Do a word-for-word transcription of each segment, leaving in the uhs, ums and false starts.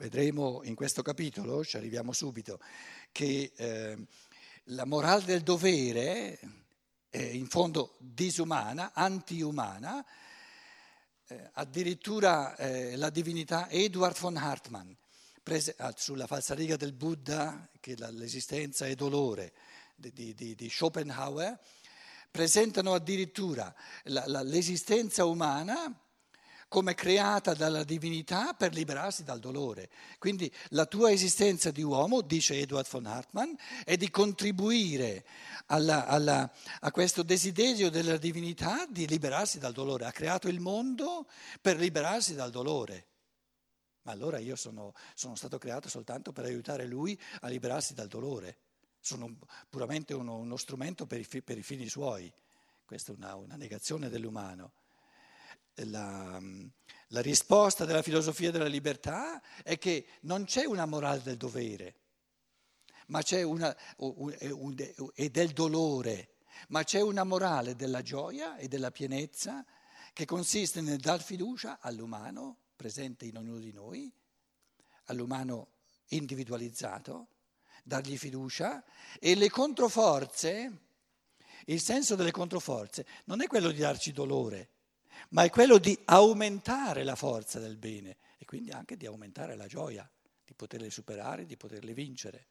Vedremo in questo capitolo, ci arriviamo subito, che eh, la morale del dovere è in fondo disumana, antiumana, eh, addirittura eh, la divinità Eduard von Hartmann, prese, ah, sulla falsariga del Buddha, che la, l'esistenza è dolore, di, di, di Schopenhauer, presentano addirittura la, la, l'esistenza umana come creata dalla divinità per liberarsi dal dolore. Quindi la tua esistenza di uomo, dice Eduard von Hartmann, è di contribuire alla, alla, a questo desiderio della divinità di liberarsi dal dolore. Ha creato il mondo per liberarsi dal dolore. Ma allora io sono, sono stato creato soltanto per aiutare lui a liberarsi dal dolore. Sono puramente uno, uno strumento per i, per i fini suoi. Questa è una, una negazione dell'umano. La, la risposta della filosofia della libertà è che non c'è una morale del dovere, ma c'è una, e del dolore, ma c'è una morale della gioia e della pienezza che consiste nel dar fiducia all'umano presente in ognuno di noi, all'umano individualizzato, dargli fiducia, e le controforze, il senso delle controforze non è quello di darci dolore, ma è quello di aumentare la forza del bene e quindi anche di aumentare la gioia, di poterle superare, di poterle vincere.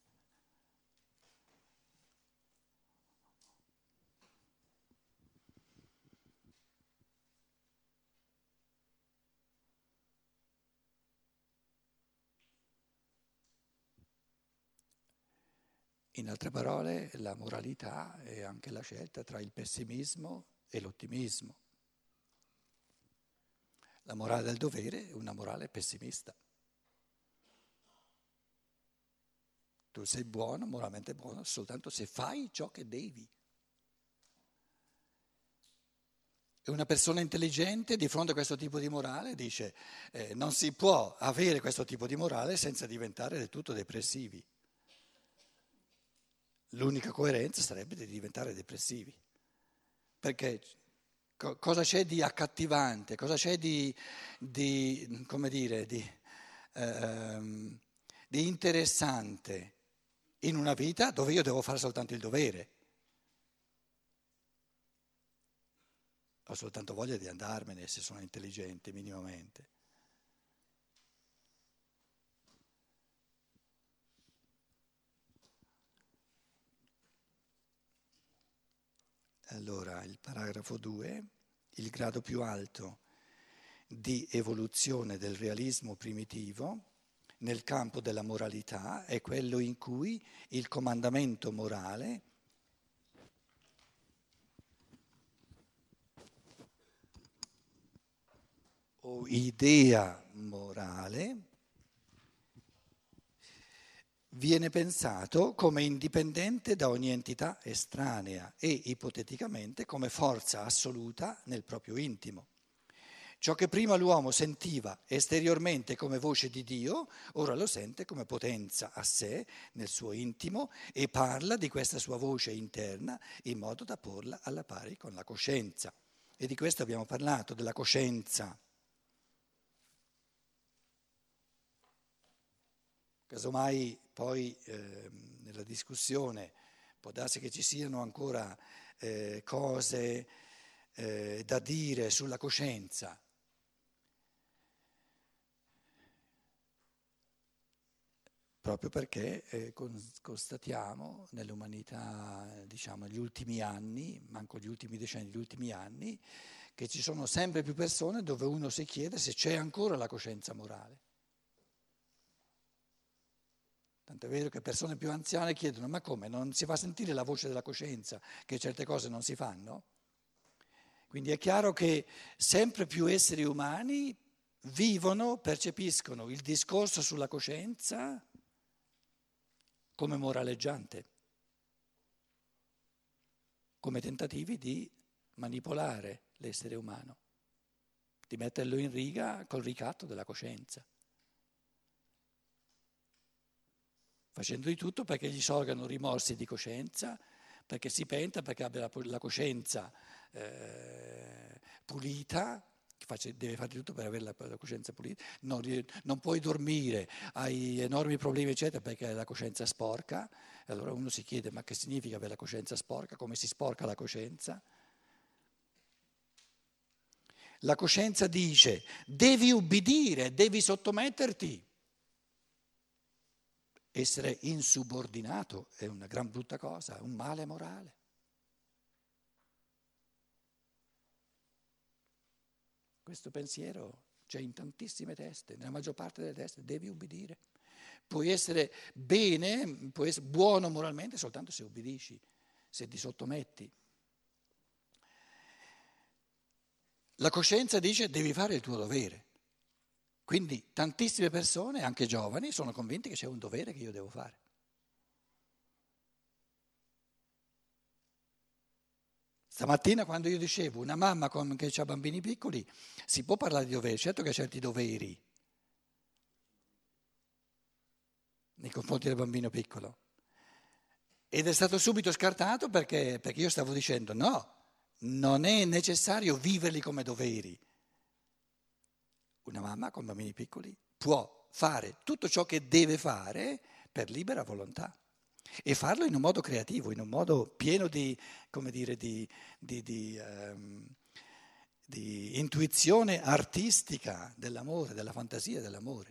In altre parole, la moralità è anche la scelta tra il pessimismo e l'ottimismo. La morale del dovere è una morale pessimista. Tu sei buono, moralmente buono, soltanto se fai ciò che devi. E una persona intelligente di fronte a questo tipo di morale dice eh, non si può avere questo tipo di morale senza diventare del tutto depressivi. L'unica coerenza sarebbe di diventare depressivi. Perché co- cosa c'è di accattivante, cosa c'è di, di come dire, di, ehm, di interessante in una vita dove io devo fare soltanto il dovere? Ho soltanto voglia di andarmene se sono intelligente minimamente. Allora, il paragrafo due, il grado più alto di evoluzione del realismo primitivo nel campo della moralità è quello in cui il comandamento morale o idea morale viene pensato come indipendente da ogni entità estranea e ipoteticamente come forza assoluta nel proprio intimo. Ciò che prima l'uomo sentiva esteriormente come voce di Dio, ora lo sente come potenza a sé nel suo intimo e parla di questa sua voce interna in modo da porla alla pari con la coscienza. E di questo abbiamo parlato, della coscienza. Casomai poi eh, nella discussione può darsi che ci siano ancora eh, cose eh, da dire sulla coscienza. Proprio perché eh, constatiamo nell'umanità, diciamo, negli ultimi anni, manco gli ultimi decenni, gli ultimi anni, che ci sono sempre più persone dove uno si chiede se c'è ancora la coscienza morale. Tanto è vero che persone più anziane chiedono: ma come, non si fa sentire la voce della coscienza che certe cose non si fanno? Quindi è chiaro che sempre più esseri umani vivono, percepiscono il discorso sulla coscienza come moraleggiante, come tentativi di manipolare l'essere umano, di metterlo in riga col ricatto della coscienza, facendo di tutto perché gli sorgano rimorsi di coscienza, perché si penta, perché abbia la, la coscienza eh, pulita che face- deve fare di tutto per avere la, la coscienza pulita, non, ri- non puoi dormire, hai enormi problemi eccetera perché hai la coscienza sporca, e allora uno si chiede ma che significa avere la coscienza sporca, come si sporca la coscienza? La coscienza dice devi ubbidire, devi sottometterti. Essere insubordinato è una gran brutta cosa, è un male morale. Questo pensiero c'è in tantissime teste, nella maggior parte delle teste, devi ubbidire. Puoi essere bene, puoi essere buono moralmente soltanto se ubbidisci, se ti sottometti. La coscienza dice devi fare il tuo dovere. Quindi tantissime persone, anche giovani, sono convinti che c'è un dovere che io devo fare. Stamattina quando io dicevo una mamma con, che ha bambini piccoli, si può parlare di doveri, certo che ha certi doveri nei confronti del bambino piccolo. Ed è stato subito scartato perché, perché io stavo dicendo no, non è necessario viverli come doveri. Una mamma con bambini piccoli può fare tutto ciò che deve fare per libera volontà e farlo in un modo creativo, in un modo pieno di, come dire, di, di, di, ehm, di intuizione artistica dell'amore, della fantasia dell'amore.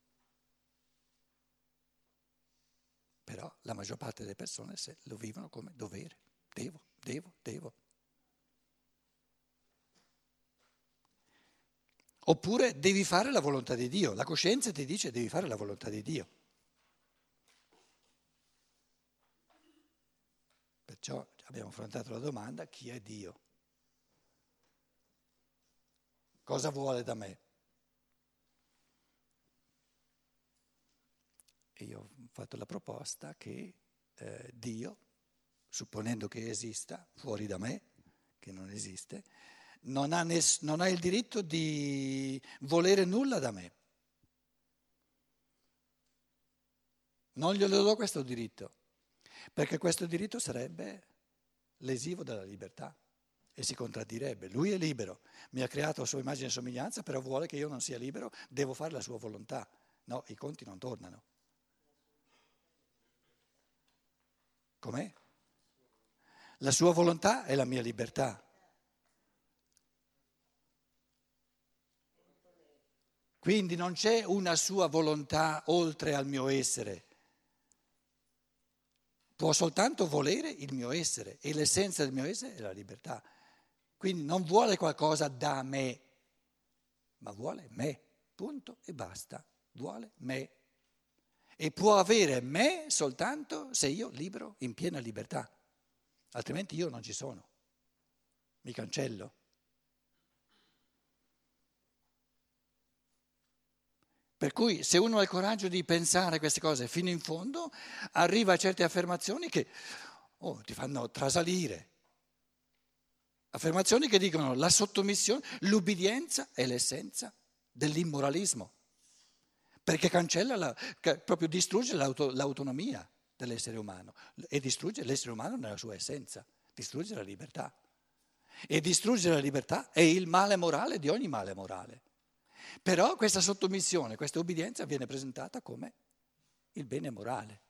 Però la maggior parte delle persone se lo vivono come dovere, devo, devo, devo. Oppure devi fare la volontà di Dio, la coscienza ti dice devi fare la volontà di Dio. Perciò abbiamo affrontato la domanda chi è Dio? Cosa vuole da me? E io ho fatto la proposta che eh, Dio, supponendo che esista fuori da me, che non esiste, non ha, ness- non ha il diritto di volere nulla da me. Non glielo do questo diritto, perché questo diritto sarebbe lesivo della libertà e si contraddirebbe. Lui è libero, mi ha creato a sua immagine e somiglianza, però vuole che io non sia libero, devo fare la sua volontà. No, i conti non tornano. Com'è? La sua volontà è la mia libertà. Quindi non c'è una sua volontà oltre al mio essere. Può soltanto volere il mio essere e l'essenza del mio essere è la libertà. Quindi non vuole qualcosa da me, ma vuole me, punto e basta. Vuole me. E può avere me soltanto se io libero in piena libertà, altrimenti io non ci sono, mi cancello. Per cui se uno ha il coraggio di pensare queste cose fino in fondo, arriva a certe affermazioni che oh, ti fanno trasalire. Affermazioni che dicono la sottomissione, l'ubbidienza è l'essenza dell'immoralismo, perché cancella, la, proprio distrugge l'auto, l'autonomia dell'essere umano e distrugge l'essere umano nella sua essenza, distrugge la libertà. E distruggere la libertà è il male morale di ogni male morale. Però questa sottomissione, questa obbedienza viene presentata come il bene morale.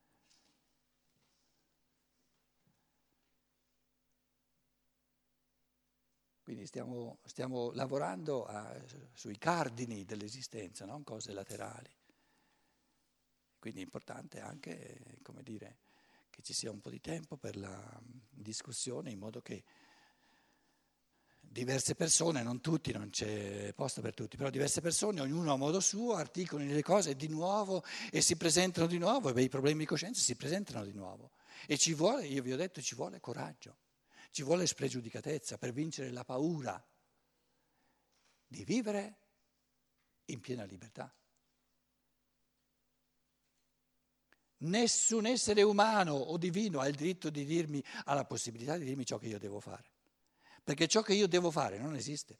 Quindi stiamo, stiamo lavorando a, sui cardini dell'esistenza, non cose laterali. Quindi è importante anche, come dire, che ci sia un po' di tempo per la discussione in modo che diverse persone, non tutti, non c'è posto per tutti, però diverse persone, ognuno a modo suo, articolano le cose di nuovo e si presentano di nuovo, e i problemi di coscienza si presentano di nuovo. E ci vuole, io vi ho detto, ci vuole coraggio, ci vuole spregiudicatezza per vincere la paura di vivere in piena libertà. Nessun essere umano o divino ha il diritto di dirmi, ha la possibilità di dirmi ciò che io devo fare, perché ciò che io devo fare non esiste.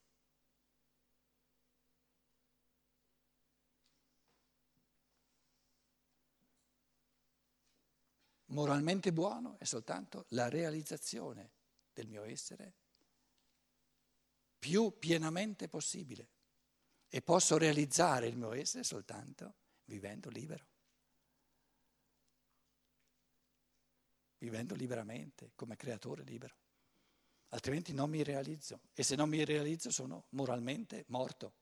Moralmente buono è soltanto la realizzazione del mio essere più pienamente possibile. E posso realizzare il mio essere soltanto vivendo libero. Vivendo liberamente, come creatore libero. Altrimenti non mi realizzo. E se non mi realizzo sono moralmente morto.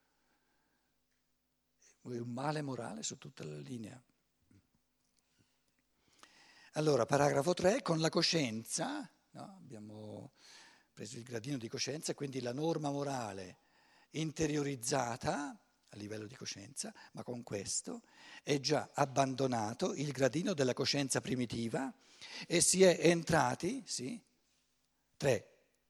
È un male morale su tutta la linea. Allora, paragrafo tre, con la coscienza, no? Abbiamo preso il gradino di coscienza, quindi la norma morale interiorizzata a livello di coscienza, ma con questo è già abbandonato il gradino della coscienza primitiva e si è entrati, sì, tre,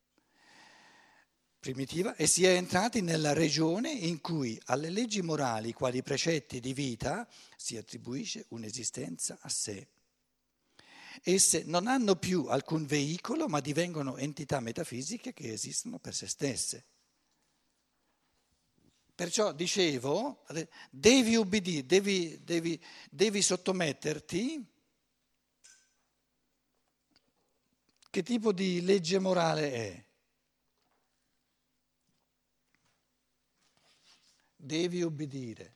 primitiva, e si è entrati nella regione in cui alle leggi morali, quali precetti di vita, si attribuisce un'esistenza a sé. Esse non hanno più alcun veicolo, ma divengono entità metafisiche che esistono per se stesse. Perciò dicevo, devi ubbidire, devi, devi, devi sottometterti. Che tipo di legge morale è? Devi ubbidire.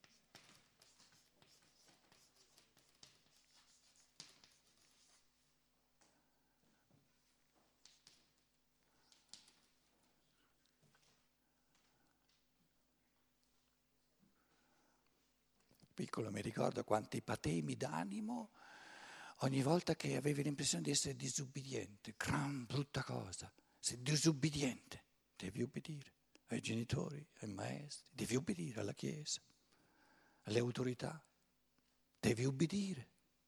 Piccolo mi ricordo quanti patemi d'animo ogni volta che avevi l'impressione di essere disubbidiente, gran brutta cosa, sei disubbidiente, devi ubbidire ai genitori, ai maestri, devi ubbidire alla Chiesa, alle autorità, devi ubbidire.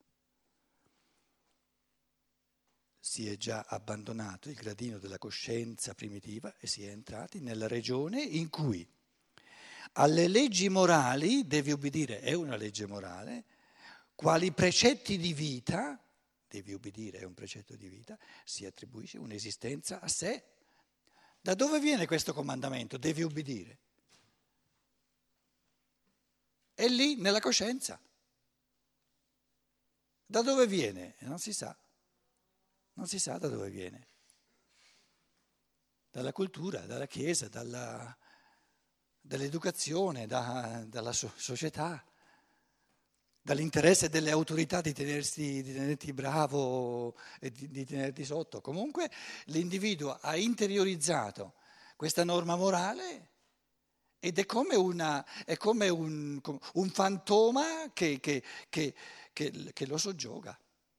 Si è già abbandonato il gradino della coscienza primitiva e si è entrati nella regione in cui alle leggi morali, devi ubbidire, è una legge morale, quali precetti di vita, devi ubbidire, è un precetto di vita, si attribuisce un'esistenza a sé. Da dove viene questo comandamento? Devi ubbidire. È lì nella coscienza. Da dove viene? Non si sa. Non si sa da dove viene. Dalla cultura, dalla Chiesa, dalla, dall'educazione, da, dalla so- società, dall'interesse delle autorità di tenersi, di tenerti bravo e di, di tenerti sotto. Comunque l'individuo ha interiorizzato questa norma morale ed è come, una, è come un, un fantoma che, che, che, che, che lo soggioga.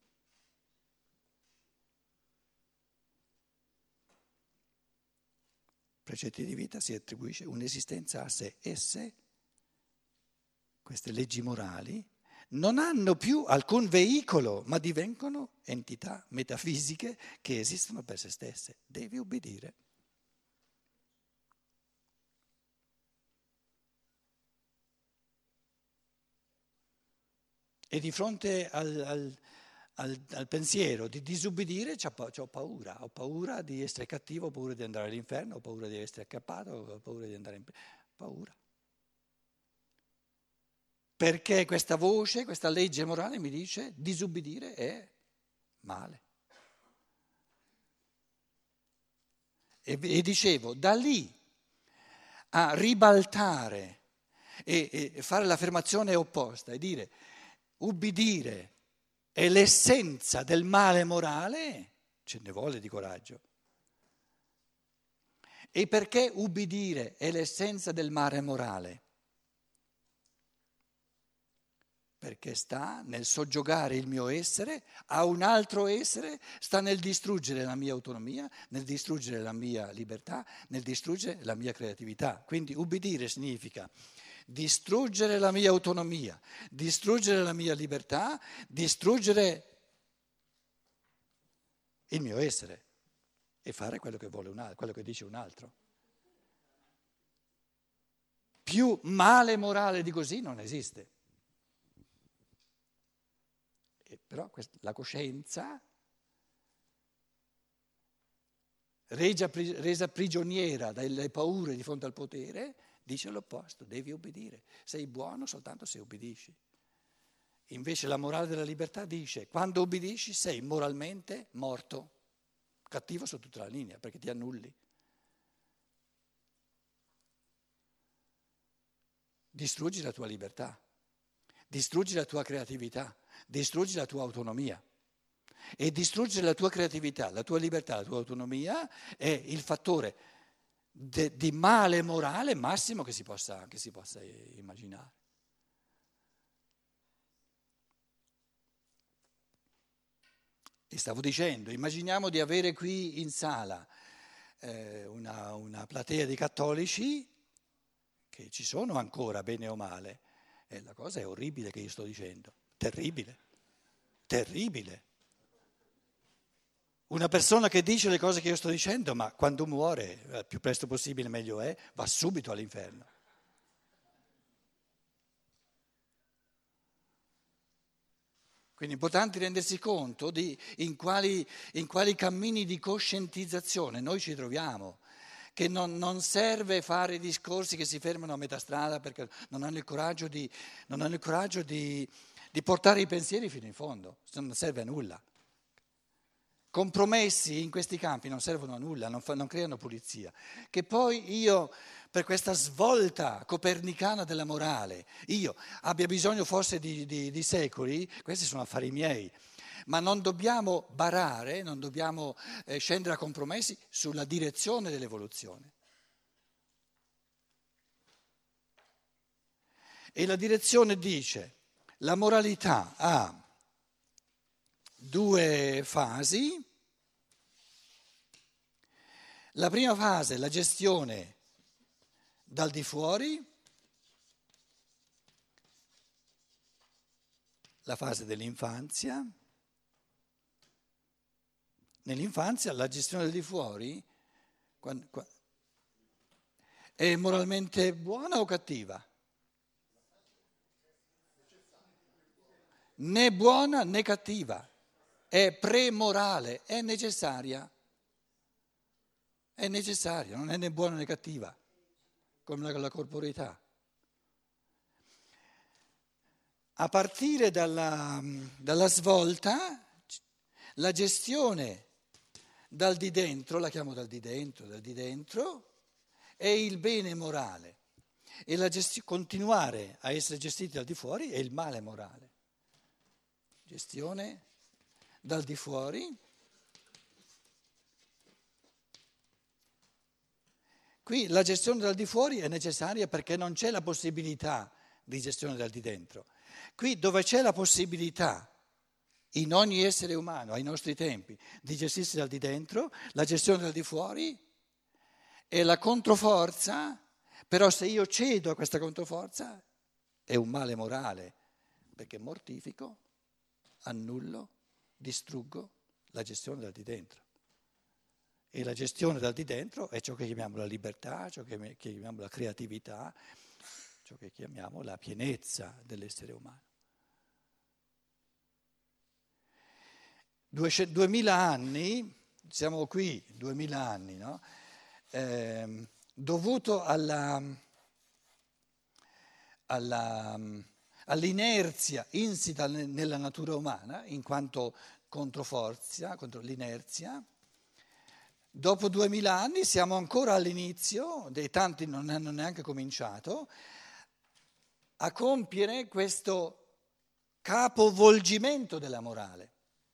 Precetti di vita si attribuisce un'esistenza a sé. Esse, queste leggi morali, non hanno più alcun veicolo, ma divengono entità metafisiche che esistono per se stesse. Devi ubbidire. E di fronte al, al, al, al pensiero di disubbidire ho paura, ho paura di essere cattivo, ho paura di andare all'inferno, ho paura di essere accappato, ho paura di andare in... paura. Perché questa voce, questa legge morale mi dice disubbidire è male. E, e dicevo, da lì a ribaltare e, e fare l'affermazione opposta e dire ubbidire è l'essenza del male morale, ce ne vuole di coraggio. E perché ubbidire è l'essenza del male morale? Perché sta nel soggiogare il mio essere a un altro essere, sta nel distruggere la mia autonomia, nel distruggere la mia libertà, nel distruggere la mia creatività. Quindi ubbidire significa distruggere la mia autonomia, distruggere la mia libertà, distruggere il mio essere e fare quello che vuole un altro, quello che dice un altro. Più male morale di così non esiste. E però la coscienza, resa, resa prigioniera dalle paure di fronte al potere, dice l'opposto, devi obbedire. Sei buono soltanto se obbedisci. Invece la morale della libertà dice, quando obbedisci sei moralmente morto, cattivo su tutta la linea, perché ti annulli. distruggi la tua libertà, distruggi la tua creatività, distruggi la tua autonomia. E distruggere la tua creatività, la tua libertà, la tua autonomia è il fattore de, di male morale massimo che si possa, che si possa immaginare. E stavo dicendo, immaginiamo di avere qui in sala eh, una, una platea di cattolici, che ci sono ancora, bene o male. E la cosa è orribile che io sto dicendo, terribile, terribile. Una persona che dice le cose che io sto dicendo, ma quando muore, il più presto possibile meglio è, va subito all'inferno. Quindi è importante rendersi conto di in quali, in quali cammini di coscientizzazione noi ci troviamo, che non, non serve fare discorsi che si fermano a metà strada perché non hanno il coraggio di, non hanno il coraggio di, di portare i pensieri fino in fondo, non serve a nulla. Compromessi in questi campi non servono a nulla, non, fa, non creano pulizia. Che poi io, per questa svolta copernicana della morale, io abbia bisogno forse di, di, di secoli, questi sono affari miei, ma non dobbiamo barare, non dobbiamo eh, scendere a compromessi sulla direzione dell'evoluzione. E la direzione dice, la moralità ha due fasi. La prima fase è la gestione dal di fuori, la fase dell'infanzia. Nell'infanzia la gestione dal di fuori quando, quando, è moralmente buona o cattiva? Né buona né cattiva, è premorale, è necessaria. È necessaria, non è né buona né cattiva, come la, la corporeità. A partire dalla, dalla svolta, la gestione dal di dentro, la chiamo dal di dentro, dal di dentro, è il bene morale e la gesti- continuare a essere gestiti dal di fuori è il male morale. Gestione dal di fuori. Qui la gestione dal di fuori è necessaria perché non c'è la possibilità di gestione dal di dentro. Qui dove c'è la possibilità in ogni essere umano, ai nostri tempi, di gestirsi dal di dentro, la gestione dal di fuori è la controforza, però se io cedo a questa controforza è un male morale, perché mortifico, annullo, distruggo la gestione dal di dentro. E la gestione dal di dentro è ciò che chiamiamo la libertà, ciò che chiamiamo la creatività, ciò che chiamiamo la pienezza dell'essere umano. Due, duemila anni, siamo qui, duemila anni, no? Eh, dovuto alla, alla, all'inerzia insita nella natura umana, in quanto controforza, contro l'inerzia. Dopo duemila anni siamo ancora all'inizio, dei tanti non hanno neanche cominciato, a compiere questo capovolgimento della morale,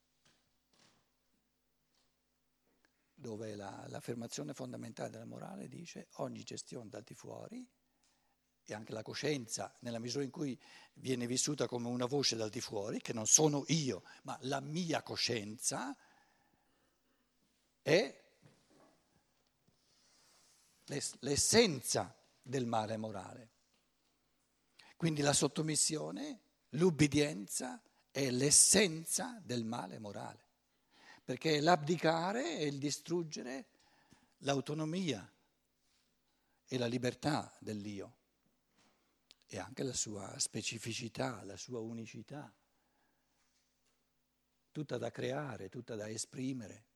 dove la, l'affermazione fondamentale della morale dice ogni gestione dal di fuori e anche la coscienza, nella misura in cui viene vissuta come una voce dal di fuori, che non sono io, ma la mia coscienza, è l'essenza del male morale. Quindi la sottomissione, l'ubbidienza è l'essenza del male morale, perché è l'abdicare e il distruggere l'autonomia e la libertà dell'io e anche la sua specificità, la sua unicità, tutta da creare, tutta da esprimere.